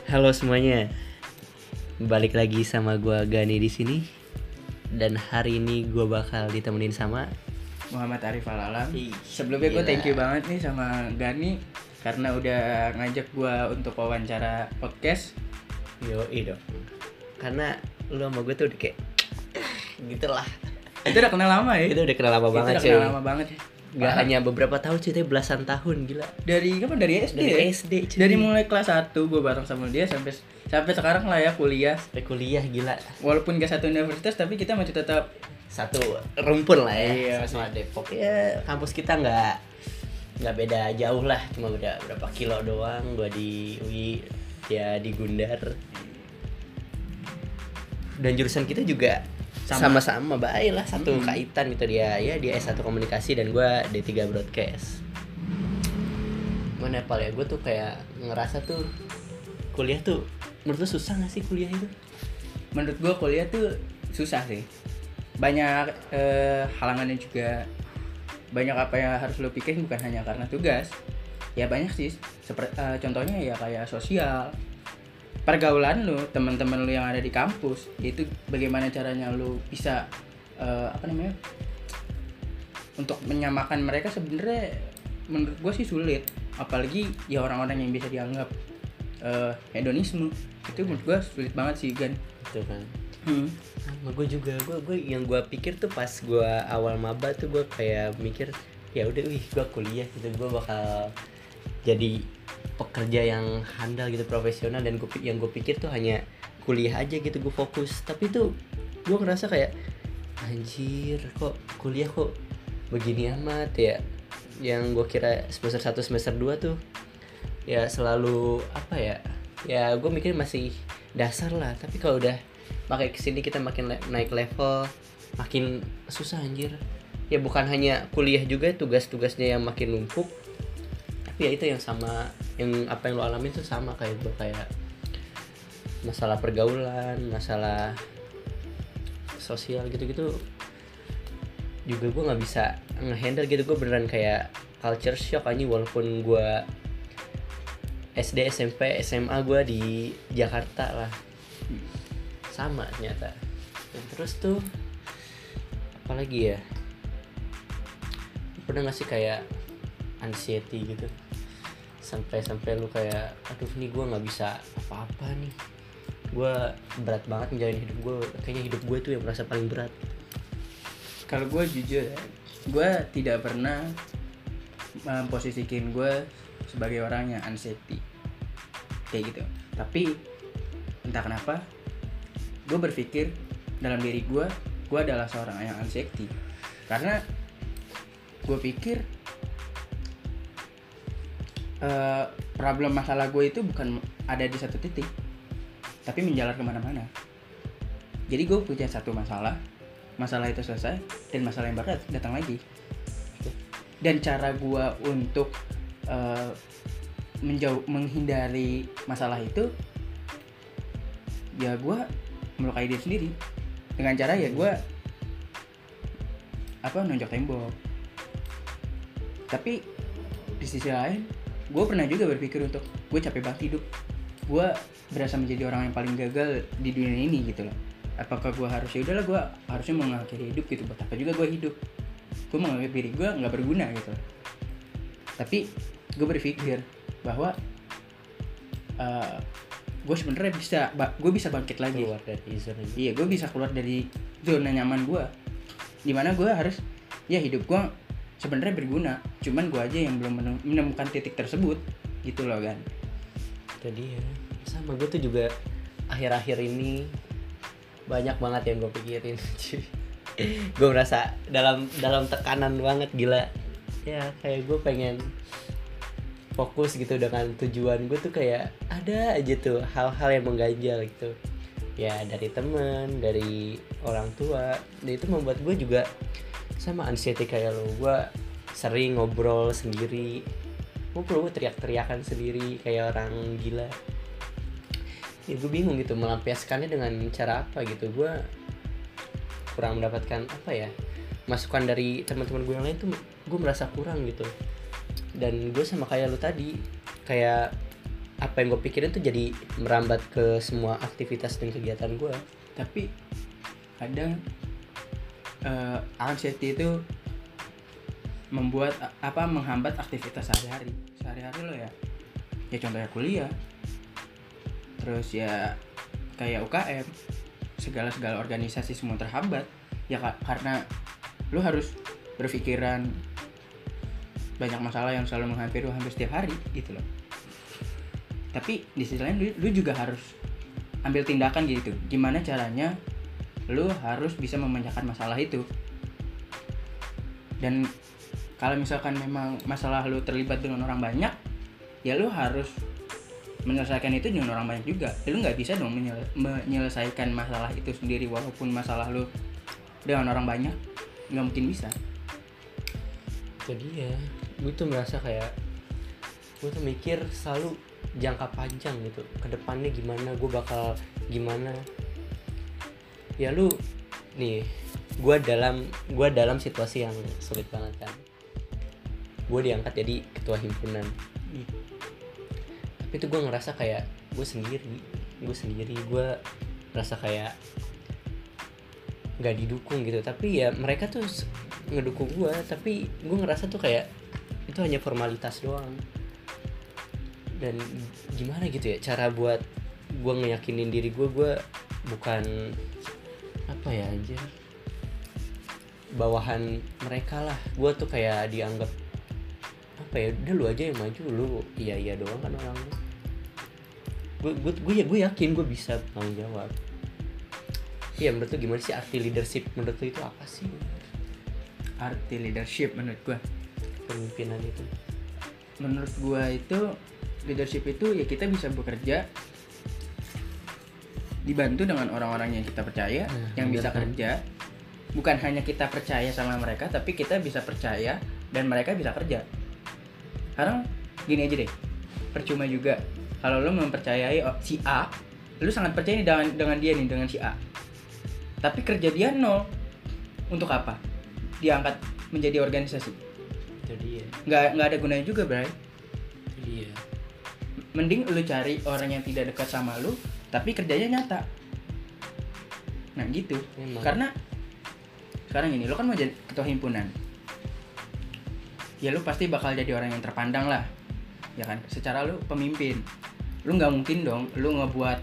Halo semuanya, balik lagi sama gua Gani di sini. Dan hari ini gua bakal ditemenin sama Muhammad Arif Alalam. Ih, Sebelumnya gue gila. thank you banget nih sama Gani karena udah ngajak gue untuk wawancara podcast. Yoi dong. Karena lu sama gue tuh udah kayak gitu lah. Itu udah kenal lama ya? Itu udah kenal lama banget Itu udah cuy. kenal lama banget. Gak hanya beberapa tahun cuy, tapi belasan tahun gila. Dari kapan? Dari SD Dari ya? SD cuy. Dari mulai kelas 1 gue bareng sama dia sampai sekarang lah ya kuliah. Sampai kuliah gila. Walaupun gak satu universitas tapi kita masih tetap Satu rumpun lah ya. Iya. Sama Depok ya. Kampus kita nggak beda jauh lah, cuma beda berapa kilo doang. Gua di UI, dia di Gundar. Dan jurusan kita juga sama-sama baik lah, satu kaitan gitu. Dia S1 komunikasi dan gua D3 broadcast. Mana pal ya, gue tuh kayak ngerasa tuh kuliah tuh, menurut lu susah gak sih kuliah itu? menurut gue kuliah tuh susah sih. Banyak halangannya juga. Banyak apa yang harus lo pikirin bukan hanya karena tugas. Ya banyak sih. Contohnya ya kayak sosial, pergaulan lo, teman-teman lo yang ada di kampus. Itu bagaimana caranya lo bisa untuk menyamakan mereka sebenarnya menurut gue sih sulit. Apalagi ya orang-orang yang bisa dianggap hedonisme. Itu menurut gue sulit banget sih Gan. Itu kan. Sama gue juga, gue yang gue pikir tuh pas gue awal maba tuh gue kayak mikir ya udah, gue kuliah gitu, gue bakal jadi pekerja yang handal gitu, profesional, dan yang gue pikir tuh hanya kuliah aja gitu, gue fokus. Tapi tuh gue ngerasa kayak anjir, kok kuliah kok begini amat ya. Yang gue kira semester 1 semester 2 tuh ya selalu apa ya, ya gue mikir masih dasar lah. Tapi kalau udah makin kesini kita makin naik level, makin susah anjir. Ya bukan hanya kuliah juga, tugas-tugasnya yang makin numpuk. Tapi ya itu yang sama, yang apa yang lo alamin tuh sama kayak gue, kayak masalah pergaulan, masalah sosial gitu-gitu juga gue nggak bisa ngehandle gitu. Gue beneran kayak culture shock aja, walaupun gue SD, SMP, SMA gue di Jakarta lah, sama ternyata. Dan terus tuh apalagi ya, pernah gak sih kayak anxiety gitu, sampai lu kayak aduh nih gue nggak bisa apa-apa nih, gue berat banget menjalani hidup gue, kayaknya hidup gue tuh yang merasa paling berat. Kalau gue jujur ya, gue tidak pernah memposisikan gue sebagai orang yang anxiety kayak gitu. Tapi entah kenapa gue berpikir dalam diri gue adalah seorang yang anxiety. Karena gue pikir problem masalah gue itu bukan ada di satu titik, tapi menjalar kemana-mana. Jadi gue punya satu masalah itu selesai, dan masalah yang baru datang lagi. Dan cara gue untuk menghindari masalah itu, ya gue melukai diri sendiri dengan cara ya gue nonjok tembok. Tapi di sisi lain gue pernah juga berpikir untuk gue capek banget hidup, gue berasa menjadi orang yang paling gagal di dunia ini gitu loh. Apakah gue harus, ya udahlah gue harusnya mengakhiri hidup gitu, buat apa juga gue hidup, gue menganggap diri gue nggak berguna gitu. Tapi gue berpikir bahwa gue sebenarnya bisa bangkit lagi, Keluar dari zona. iya, gue bisa keluar dari zona nyaman gue, dimana gue harus, ya hidup gue sebenarnya berguna, cuman gue aja yang belum menemukan titik tersebut gitu loh kan. Jadi ya sama, gue tuh juga akhir-akhir ini banyak banget yang gue pikirin. Gue merasa dalam tekanan banget, gila ya. Kayak gue pengen fokus gitu dengan tujuan gue tuh, kayak ada aja tuh hal-hal yang mengganjal gitu ya, dari temen, dari orang tua. Dan itu membuat gue juga sama anxiety kayak lo. Gue sering ngobrol sendiri, gue teriak-teriakan sendiri kayak orang gila. Ya gue bingung gitu melampiaskannya dengan cara apa gitu. Gue kurang mendapatkan apa ya, masukan dari teman-teman gue yang lain tuh, gue merasa kurang gitu. Dan gue sama kayak lu tadi, kayak apa yang gue pikirin tuh jadi merambat ke semua aktivitas dan kegiatan gue. Tapi kadang anxiety itu membuat menghambat aktivitas sehari-hari lo ya contohnya kuliah, terus ya kayak UKM, segala organisasi semua terhambat ya karena lu harus berpikiran banyak masalah yang selalu menghampiri lu hampir setiap hari gitu loh. Tapi di sisi lain lu juga harus ambil tindakan gitu, gimana caranya lu harus bisa memecahkan masalah itu. Dan kalau misalkan memang masalah lu terlibat dengan orang banyak, ya lu harus menyelesaikan itu dengan orang banyak juga. Lu nggak bisa dong menyelesaikan masalah itu sendiri walaupun masalah lu dengan orang banyak, nggak mungkin bisa. Jadi ya gue tuh merasa kayak gue tuh mikir selalu jangka panjang gitu, kedepannya gimana, gue bakal gimana. Ya lu nih, gue dalam situasi yang sulit banget kan. Gue diangkat jadi ketua himpunan. Tapi tuh gue ngerasa kayak gue sendiri, gue ngerasa kayak nggak didukung gitu. Tapi ya mereka tuh ngedukung gue, tapi gue ngerasa tuh kayak itu hanya formalitas doang. Dan gimana gitu ya cara buat gue ngeyakinin diri gue bukan apa ya aja bawahan mereka lah. Gue tuh kayak dianggap apa ya, udah lu aja yang maju, lu iya doang kan orang. Gue yakin gue bisa tanggung jawab. Iya, menurut lu gimana sih arti leadership? Menurut lu itu apa sih? Arti leadership menurut gue, Pemimpinan itu. menurut gue itu leadership itu ya kita bisa bekerja dibantu dengan orang-orang yang kita percaya, yang bisa kerja. Bukan hanya kita percaya sama mereka, tapi kita bisa percaya dan mereka bisa kerja. Sekarang gini aja deh, percuma juga kalau lo mempercayai si A, lo sangat percaya dengan dia nih, dengan si A, tapi kerja dia nol. Untuk apa diangkat menjadi organisasi? Jadi ya. Nggak ada gunanya juga, Bray. Iya. Mending lu cari orang yang tidak dekat sama lu tapi kerjanya nyata. Nah gitu. Memang. Karena sekarang ini lu kan mau jadi ketua himpunan, ya lu pasti bakal jadi orang yang terpandang lah, ya kan, secara lu pemimpin. Lu nggak mungkin dong lu ngebuat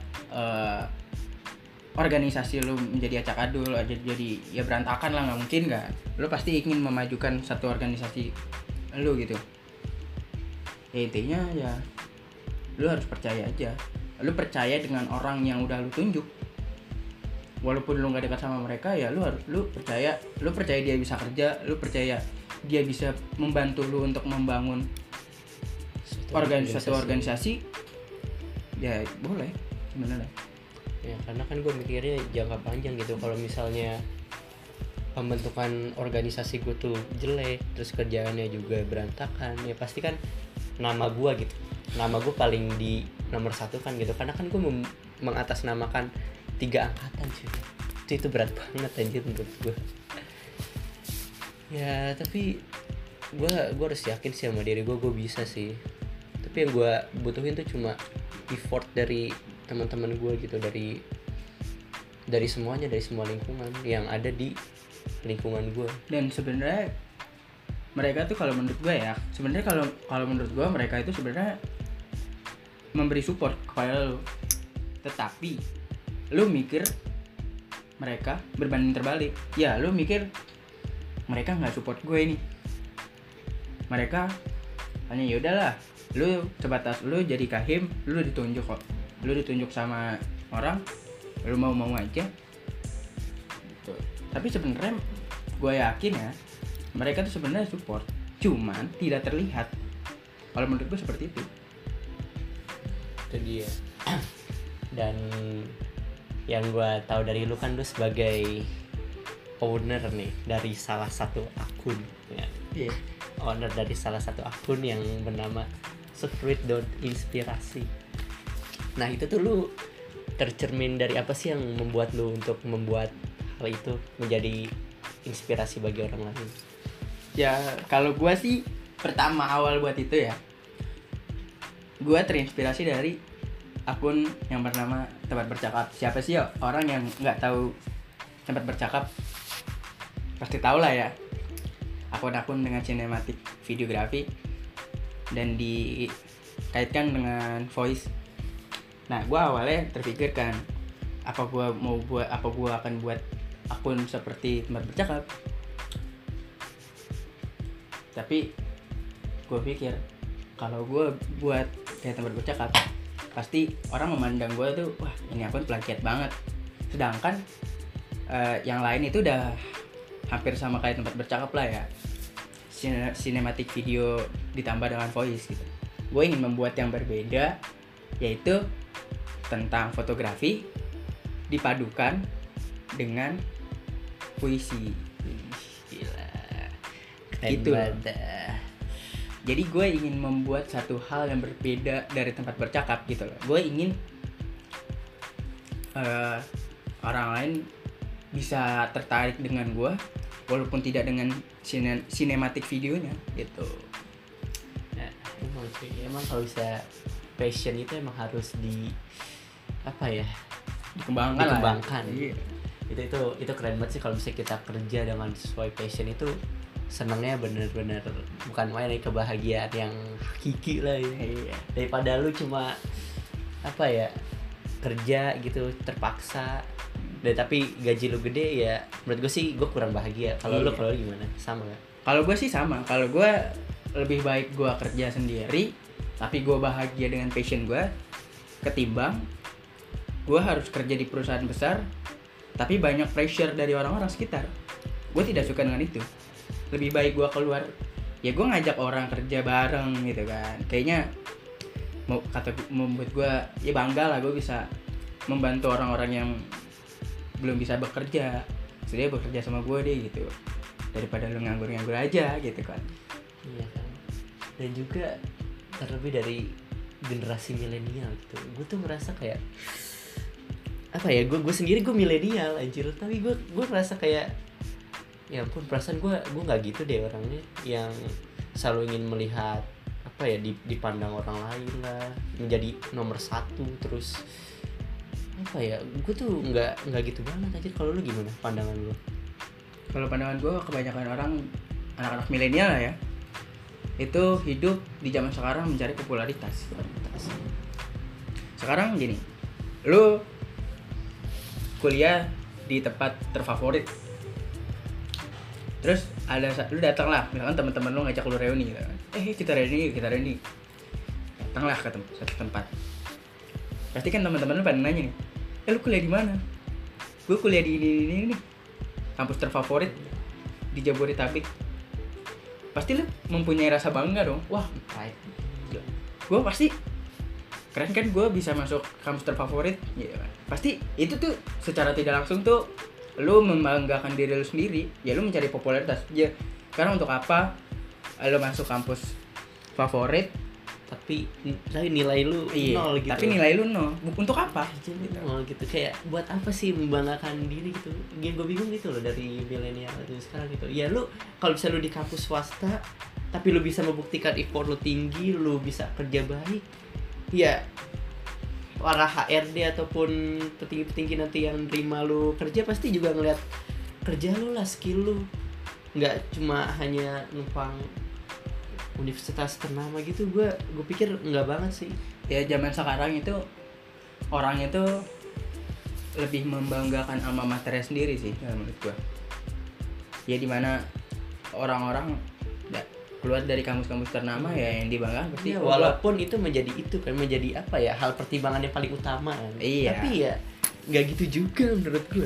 organisasi lu menjadi acak adul, jadi ya berantakan lah, nggak mungkin kan. Lu pasti ingin memajukan satu organisasi lu gitu. Ya intinya ya lu harus percaya aja. Lu percaya dengan orang yang udah lu tunjuk. Walaupun lu nggak dekat sama mereka, ya lu percaya dia bisa kerja, lu percaya dia bisa membantu lu untuk membangun satu organisasi. Ya boleh sebenarnya. Ya karena kan gue mikirnya jangka panjang gitu. Kalau misalnya pembentukan organisasi gue tuh jelek, terus kerjaannya juga berantakan, ya pasti kan nama gue gitu, nama gue paling di nomor 1 kan gitu. Karena kan gue mengatasnamakan 3 angkatan cuy. Itu berat banget anjir menurut gue. Ya tapi gue harus yakin sih sama diri gue bisa sih. Tapi yang gue butuhin tuh cuma effort dari teman-teman gue gitu, dari semuanya, dari semua lingkungan yang ada di lingkungan gue. Dan sebenarnya mereka tuh kalau menurut gue ya, sebenarnya kalau menurut gue mereka itu sebenarnya memberi support kepada lu. Tetapi lu mikir mereka berbanding terbalik. Ya lu mikir mereka nggak support gue nih. Mereka hanya ya udahlah, lu sebatas lu jadi kahim, lu ditunjuk kok. Lu ditunjuk sama orang, lu mau aja. Gitu. Tapi sebenarnya gue yakin ya, mereka tuh sebenarnya support, cuman tidak terlihat. Kalau menurut gue seperti itu. Itu dia. Dan yang gue tahu dari lu kan, lu sebagai owner nih dari salah satu akun ya. Yeah. Owner dari salah satu akun yang bernama Sufrit.inspirasi. Nah itu tuh lu tercermin dari apa sih yang membuat lu untuk membuat hal itu menjadi inspirasi bagi orang lain? Ya kalau gue sih pertama awal buat itu ya, gue terinspirasi dari akun yang bernama Tempat Bercakap. Siapa sih ya orang yang nggak tahu Tempat Bercakap? Pasti tahu lah ya, akun-akun dengan sinematik videografi dan dikaitkan dengan voice. Nah, gue awalnya terpikirkan apa gue akan buat akun seperti Tempat Bercakap. Tapi gue pikir kalau gue buat kayak Tempat Bercakap, pasti orang memandang gue tuh, wah ini akun plagiat banget. Sedangkan yang lain itu udah hampir sama kayak Tempat Bercakap lah ya, sinematik video ditambah dengan voice gitu. Gue ingin membuat yang berbeda, yaitu tentang fotografi dipadukan dengan puisi. Gila. Gitu. Jadi gue ingin membuat satu hal yang berbeda dari Tempat Bercakap gitu loh. Gue ingin orang lain bisa tertarik dengan gue walaupun tidak dengan sinematik videonya gitu. Nah, emang sih, emang kalau bisa passion itu emang harus dikembangkan. Iya. Itu keren banget sih kalau bisa kita kerja dengan sesuai passion itu. Senangnya bener-bener bukan main kebahagiaan yang hakiki lah ini. Iya. Daripada lu cuma kerja gitu terpaksa dan tapi gaji lu gede, ya menurut gue sih gue kurang bahagia. Kalau Iya. lu gimana? Sama gak? Kalau gue sih sama. Kalau gue lebih baik gue kerja sendiri tapi gue bahagia dengan passion gue, ketimbang gue harus kerja di perusahaan besar tapi banyak pressure dari orang-orang sekitar. Gue tidak suka dengan itu. Lebih baik gue keluar, ya gue ngajak orang kerja bareng gitu kan. Kayaknya membuat gue ya bangga lah, gue bisa membantu orang-orang yang belum bisa bekerja, jadi bekerja sama gue deh gitu, daripada lu nganggur-nganggur aja gitu kan. Iya kan. Dan juga terlebih dari generasi milenial gitu, gue tuh merasa kayak gue sendiri gue milenial anjir, tapi gue merasa kayak ya ampun, perasaan gue nggak gitu deh orangnya, yang selalu ingin melihat dipandang orang lain lah, menjadi nomor satu terus. Gue tuh nggak gitu banget aja. Kalau lu gimana pandangan lu? Kalau pandangan gue, kebanyakan orang anak-anak milenial lah ya, itu hidup di zaman sekarang mencari popularitas. Sekarang gini, lu kuliah di tempat terfavorit, terus lu datang lah, misalkan teman-teman lu ngajak lu reuni gitu kan. Kita reuni. Datanglah ke satu tempat. Pasti kan teman-teman lu pada nanya nih, lu kuliah di mana? Gue kuliah di ini nih, kampus terfavorit di Jabodetabek. Pasti lu mempunyai rasa bangga dong. Wah, gue pasti keren kan, gue bisa masuk kampus terfavorit gitu kan. Pasti itu tuh secara tidak langsung tuh lu membanggakan diri lu sendiri, ya lu mencari popularitas. Ya, karena untuk apa lu masuk kampus favorit tapi nilai lu nol gitu. Tapi nilai lu nol. Untuk apa? Gitu. Nol gitu. Kayak buat apa sih membanggakan diri gitu? Yang gue bingung gitu loh dari milenial itu sekarang gitu. Ya lu kalau bisa lu di kampus swasta tapi lu bisa membuktikan effort lu tinggi, lu bisa kerja baik, ya para HRD ataupun petinggi-petinggi nanti yang terima lu kerja pasti juga ngeliat kerja lu lah, skill lu, nggak cuma hanya numpang universitas ternama gitu. Gue pikir nggak banget sih. Ya zaman sekarang itu orang itu lebih membanggakan alma mater sendiri sih menurut gue. Ya dimana orang-orang keluar dari kampus-kampus ternama ya yang dibanggakan pasti. Ya, walaupun itu menjadi hal pertimbangan yang paling utama kan. Iya. Tapi ya nggak gitu juga menurut gue.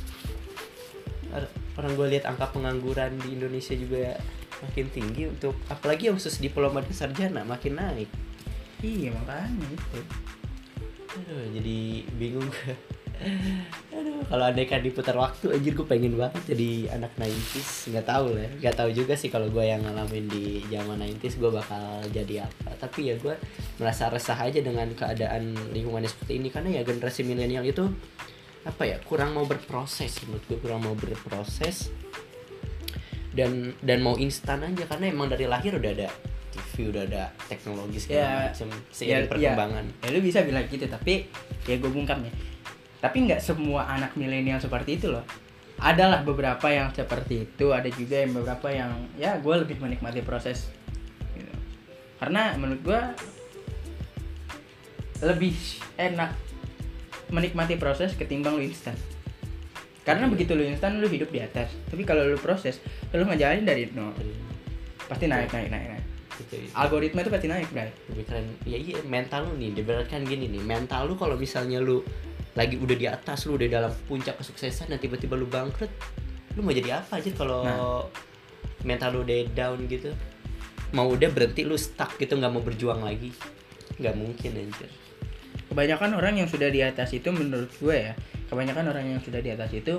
Orang gue lihat angka pengangguran di Indonesia juga makin tinggi, untuk apalagi yang khusus diploma dan sarjana makin naik. Iya makanya itu. Aduh, jadi bingung gue. Aduh, kalau andai kan diputar waktu, anjir gue pengen banget jadi anak 90s. Nggak tahu juga sih kalau gue yang ngalamin di zaman 90s gue bakal jadi apa. Tapi ya gue merasa resah aja dengan keadaan lingkungannya seperti ini, karena ya generasi milenial itu kurang mau berproses. Menurut gue kurang mau berproses dan mau instan aja, karena emang dari lahir udah ada TV, TV, udah ada teknologi Ya, segala macam seiring perkembangan. Ya lu bisa bilang gitu, tapi ya gue bungkamnya. Tapi nggak semua anak milenial seperti itu loh. Adalah beberapa yang seperti itu, ada juga yang beberapa yang ya gue lebih menikmati proses gitu. Karena menurut gue lebih enak menikmati proses ketimbang lu instan. Karena begitu lu instan lu hidup di atas. Tapi kalau lu proses, lu ngejalanin dari nol. Pasti naik. Itu. Algoritma itu pasti naik, Bray. Lebih keren. Ya iya, mental lu nih, diberatkan gini nih. Mental lu kalau misalnya lu lagi udah di atas, lu udah dalam puncak kesuksesan dan tiba-tiba lu bangkrut, lu mau jadi apa aja kalau mental lu udah down gitu. Mau udah berhenti, lu stuck gitu, nggak mau berjuang lagi. Nggak mungkin anjir. Kebanyakan orang yang sudah di atas itu menurut gue ya, kebanyakan orang yang sudah di atas itu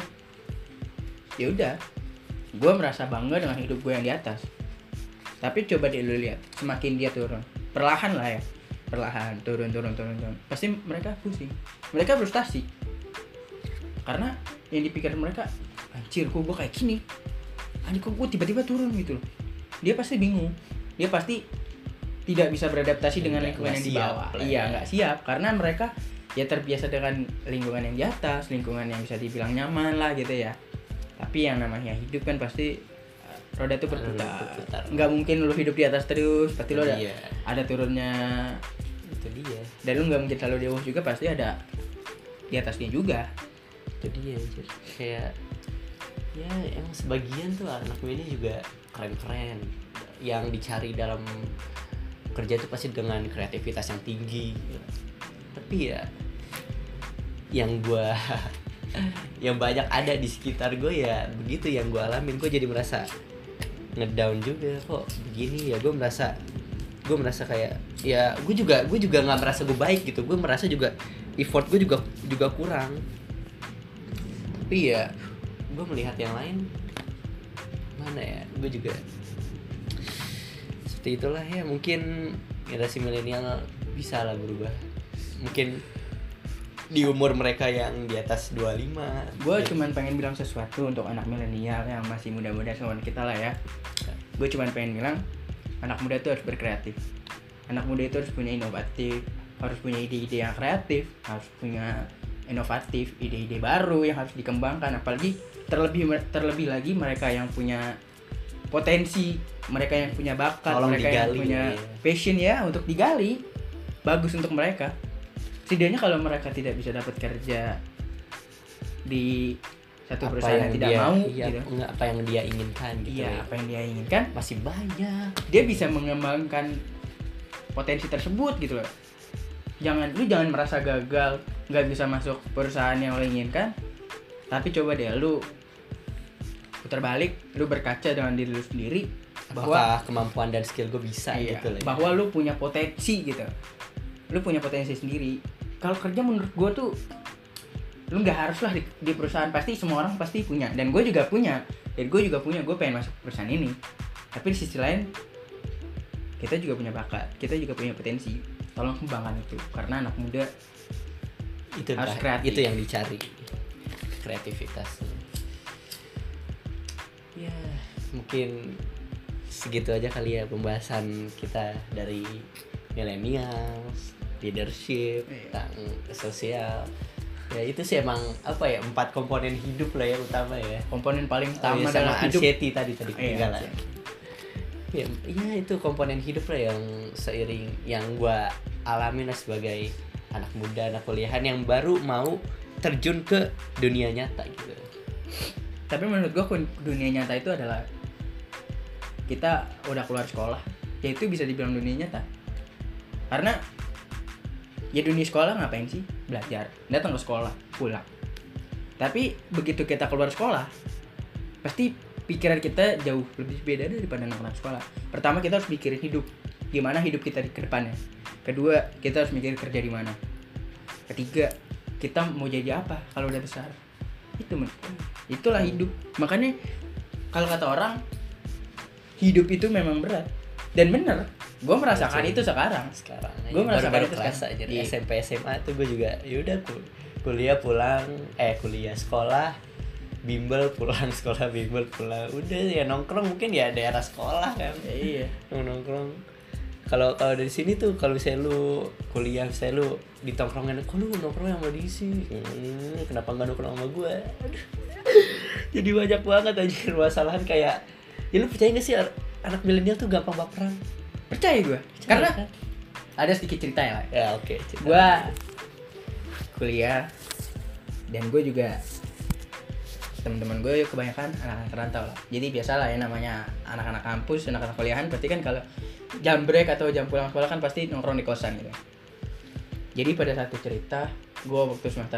ya udah, gue merasa bangga dengan hidup gue yang di atas. Tapi coba deh lu lihat, semakin dia turun, perlahan lah ya, perlahan turun, pasti mereka pusing, mereka frustasi. Karena yang dipikir mereka, anjir kok gue kayak gini, anjir kok gue tiba-tiba turun gitu loh. Dia pasti bingung, dia pasti tidak bisa beradaptasi dengan lingkungan yang di bawah. Iya, nggak siap karena mereka ya terbiasa dengan lingkungan yang di atas, lingkungan yang bisa dibilang nyaman lah gitu ya. Tapi yang namanya hidup kan pasti roda tuh berputar. Nggak mungkin lu hidup di atas terus, pasti lu ada turunnya. Itu dia. Dan lu nggak mungkin selalu di bawah juga, pasti ada di atasnya juga. Itu dia anjir. Kayak ya emang sebagian tuh anak ini juga keren-keren. Yang dicari dalam kerja itu pasti dengan kreativitas yang tinggi. Tapi ya yang gue yang banyak ada di sekitar gue ya begitu yang gue alamin. Gue jadi merasa ngedown juga, kok begini ya. Gue merasa kayak ya gue juga nggak merasa gue baik gitu. Gue merasa juga effort gue juga kurang. Tapi ya gue melihat yang lain, mana ya, gue juga seperti itulah ya. Mungkin generasi milenial bisa lah berubah. Mungkin di umur mereka yang di atas 25. Gue cuman pengen bilang sesuatu untuk anak milenial yang masih muda-muda sama kita lah ya. Gue cuman pengen bilang anak muda itu harus berkreatif. Anak muda itu harus punya inovatif, harus punya ide-ide yang kreatif, harus punya inovatif, ide-ide baru yang harus dikembangkan. Apalagi terlebih lagi mereka yang punya potensi, mereka yang punya bakat, mereka yang punya passion ya untuk digali. Bagus untuk mereka. Setidaknya kalau mereka tidak bisa dapat kerja di satu perusahaan yang tidak mau gitu. Apa yang dia inginkan gitu. Iya, apa yang dia inginkan masih banyak. Dia bisa mengembangkan potensi tersebut gitu loh. Lu jangan merasa gagal, nggak bisa masuk perusahaan yang lo inginkan. Tapi coba deh lu putar balik, lu berkaca dengan diri lu sendiri bahwa kemampuan dan skill gue bisa gitu loh. Bahwa lu punya potensi gitu. Lu punya potensi sendiri. Kalau kerja menurut gue tuh lu nggak harus lah di perusahaan, pasti semua orang pasti punya, dan gue juga punya, gue pengen masuk perusahaan ini. Tapi di sisi lain kita juga punya bakat, kita juga punya potensi. Tolong kembangkan itu, karena anak muda itu harus kreatif. Itu yang dicari, kreativitas. Ya mungkin segitu aja kali ya pembahasan kita dari millennials, leadership, tentang sosial. Ya itu sih emang apa ya, 4 komponen hidup lah ya utama ya. Komponen paling utama dalam hidup. Anxiety tadi ketinggalan. Ya itu komponen hidup lah yang seiring yang gua alamin lah sebagai anak muda, anak kuliahan yang baru mau terjun ke dunia nyata gitu. Tapi menurut gua dunia nyata itu adalah kita udah keluar sekolah, ya itu bisa dibilang dunia nyata. Karena ya dunia sekolah ngapain sih? Belajar, datang ke sekolah, pulang. Tapi begitu kita keluar sekolah, pasti pikiran kita jauh lebih beda daripada anak-anak sekolah. Pertama, kita harus mikirin hidup, gimana hidup kita ke depannya. Kedua, kita harus mikirin kerja di mana. Ketiga, kita mau jadi apa kalau udah besar. Itulah hidup. Makanya kalau kata orang, hidup itu memang berat. Dan bener, gue merasakan itu sekarang. Gue merasakan itu sekarang. Jadi SMP SMA tuh gue juga yaudah kuliah pulang, kuliah sekolah, bimbel pulang, sekolah bimbel pulang. Udah ya nongkrong mungkin ya daerah sekolah kan. Iya. Nongkrong. Kalau dari sini tuh kalau misalnya lu kuliah, misalnya lu di tongkrongan, kok lu nongkrong sama dia sih? Kenapa nggak nongkrong sama gue? Aduh. Jadi banyak banget anjir masalahan kayak, ya lu percaya nggak sih anak milenial tuh gampang baperan? Percaya gue. Karena kan ada sedikit cerita ya. Ya oke. Gue kuliah dan gue juga teman-teman gue kebanyakan anak-anak rantau lah. Jadi biasalah ya namanya anak-anak kampus, anak-anak kuliahan berarti kan kalau jam break atau jam pulang sekolah kan pasti nongkrong di kosan gitu. Jadi pada satu cerita, gue waktu semester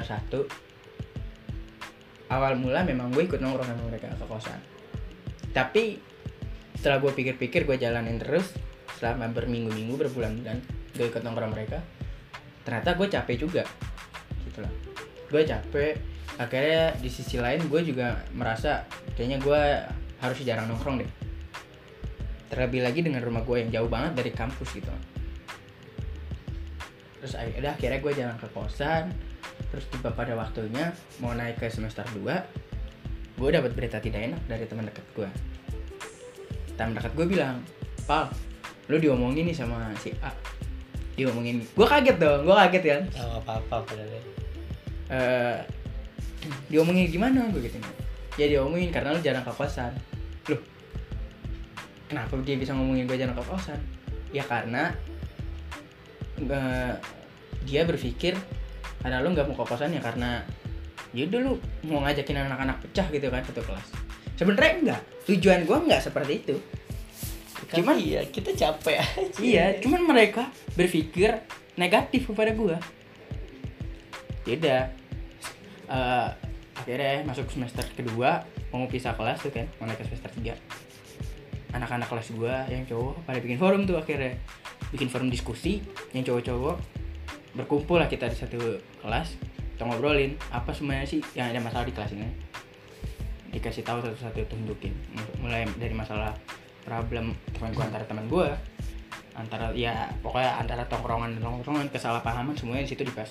1 awal mula memang gue ikut nongkrong sama mereka ke kosan. Tapi setelah gue pikir-pikir, gue jalanin terus selama berminggu-minggu, berbulan-bulan gue ikut nongkrong mereka. Ternyata gue capek juga gitu lah. Gue capek, akhirnya di sisi lain gue juga merasa kayaknya gue harus jarang nongkrong deh. Terlebih lagi dengan rumah gue yang jauh banget dari kampus gitu. Terus akhirnya gue jalan ke kosan. Terus tiba pada waktunya mau naik ke semester 2, gue dapat berita tidak enak dari teman dekat gue. Teman dekat gue bilang, "Pal, lu diomongin nih sama si A." Diomongin. Gue kaget dong, gue kaget kan. Oh, apa-apa padahal. Diomongin gimana gue gitu. Ya diomongin karena lu jarang ke kosan. Loh, kenapa dia bisa ngomongin gue jarang ke kosan? Ya karena dia berpikir karena lu nggak mau ke kosan ya karena yaudah lu mau ngajakin anak-anak pecah gitu kan satu kelas. Sebenarnya enggak, tujuan gue enggak seperti itu. Cuman iya kita capek aja. Iya, cuman mereka berpikir negatif kepada gue. Tidak. Akhirnya masuk semester kedua, mau pisah kelas tuh kan, mau naik ke semester 3. Anak-anak kelas gue yang cowok pada bikin forum tuh akhirnya. Bikin forum diskusi, yang cowok-cowok berkumpul lah kita di satu kelas. Kita ngobrolin apa sebenarnya sih yang ada masalah di kelas ini. Dikasih tahu satu-satu, tunjukin. Mulai dari masalah problem antara teman gue, antara ya pokoknya antara tongkrongan, kesalahpahaman semuanya di situ dibahas.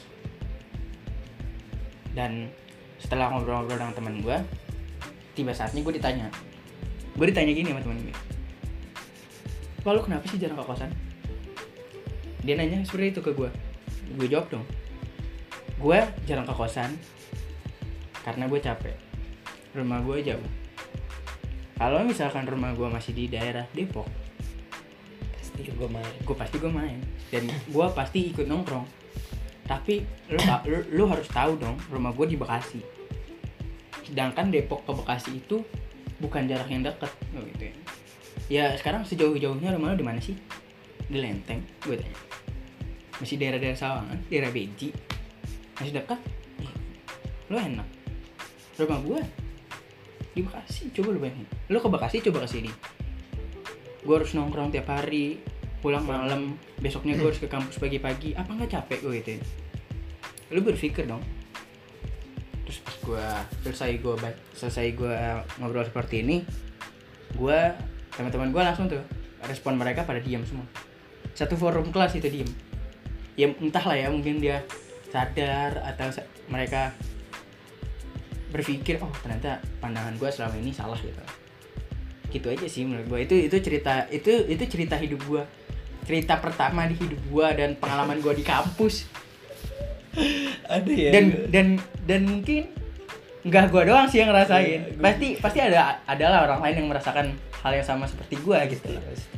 Dan setelah ngobrol-ngobrol dengan teman gue, tiba saatnya gue ditanya gini sama teman gue, "Lu kenapa sih jarang ke kosan?" Dia nanya seperti itu ke gue. Gue jawab dong, gue jarang ke kosan karena gue capek, rumah gue jauh. Kalau misalkan rumah gue masih di daerah Depok, pasti gue main dan gue pasti ikut nongkrong. Tapi lu harus tahu dong, rumah gue di Bekasi. Sedangkan Depok ke Bekasi itu bukan jarak yang dekat, gitu ya. Ya sekarang sejauh-jauhnya rumah lu di mana sih? Di Lenteng, gue tanya. Masih daerah-daerah Sawangan, daerah Beji, masih dekat. Lu enak. Rumah gue di Bekasi, coba lu bayangin. Lu ke Bekasi, coba ke sini. Gue harus nongkrong tiap hari, pulang malam, besoknya gue harus ke kampus pagi-pagi. Apa nggak capek gue gitu ya? Lu berpikir dong. Terus pas selesai gue ngobrol seperti ini, teman-teman gue langsung tuh respon mereka pada diam semua. Satu forum kelas itu diam. Ya entahlah ya, mungkin dia sadar atau mereka berpikir ternyata pandangan gue selama ini salah gitu. Gitu aja sih menurut gue. Itu cerita hidup gue. Cerita pertama di hidup gue dan pengalaman gue di kampus. Ada ya. Dan mungkin enggak gue doang sih yang ngerasain. Pasti adalah orang lain yang merasakan hal yang sama seperti gue gitu.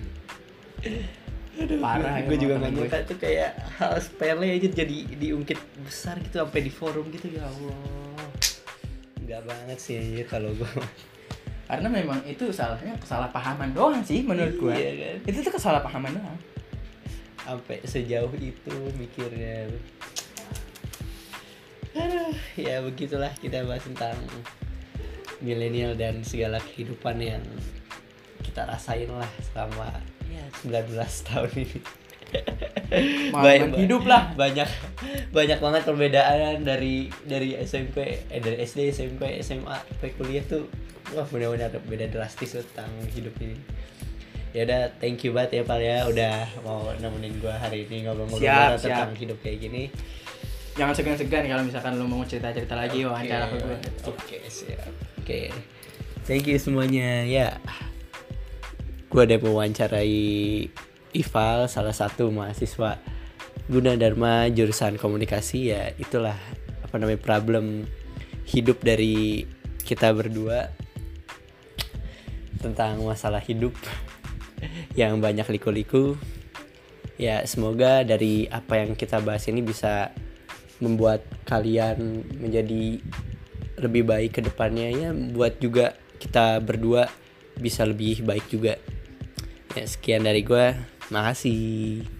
Aduh, parah. Gue juga nggak nyangka tuh kayak hal sepele aja jadi diungkit besar gitu sampai di forum gitu, ya Allah. Enggak banget sih anjir kalau gue. Karena memang itu salahnya kesalahpahaman doang sih menurut gue. Iya kan? Itu tuh kesalahpahaman doang. Sampai sejauh itu mikirnya. Aduh, ya begitulah kita bahas tentang milenial dan segala kehidupan yang kita rasain lah selama 19 tahun ini. Banyak hidup lah. Banyak banget perbedaan dari SMP, dari SD, SMP, SMA sampai kuliah tuh. Wah, benar-benar beda drastis tentang hidup ini. Ya udah, thank you banget ya Pal ya udah mau nemenin gua hari ini ngobrol-ngobrol tentang hidup kayak gini. Jangan segan-segan kalau misalkan lu mau cerita-cerita lagi wawancara ke gue. Oke, siap. Oke. Thank you semuanya. Ya. Gua udah mewawancarai Ival, salah satu mahasiswa Gunadarma jurusan komunikasi. Ya itulah apa namanya problem hidup dari kita berdua tentang masalah hidup yang banyak liku-liku. Ya semoga dari apa yang kita bahas ini bisa membuat kalian menjadi lebih baik ke depannya, ya buat juga kita berdua bisa lebih baik juga. Ya sekian dari gue, makasih.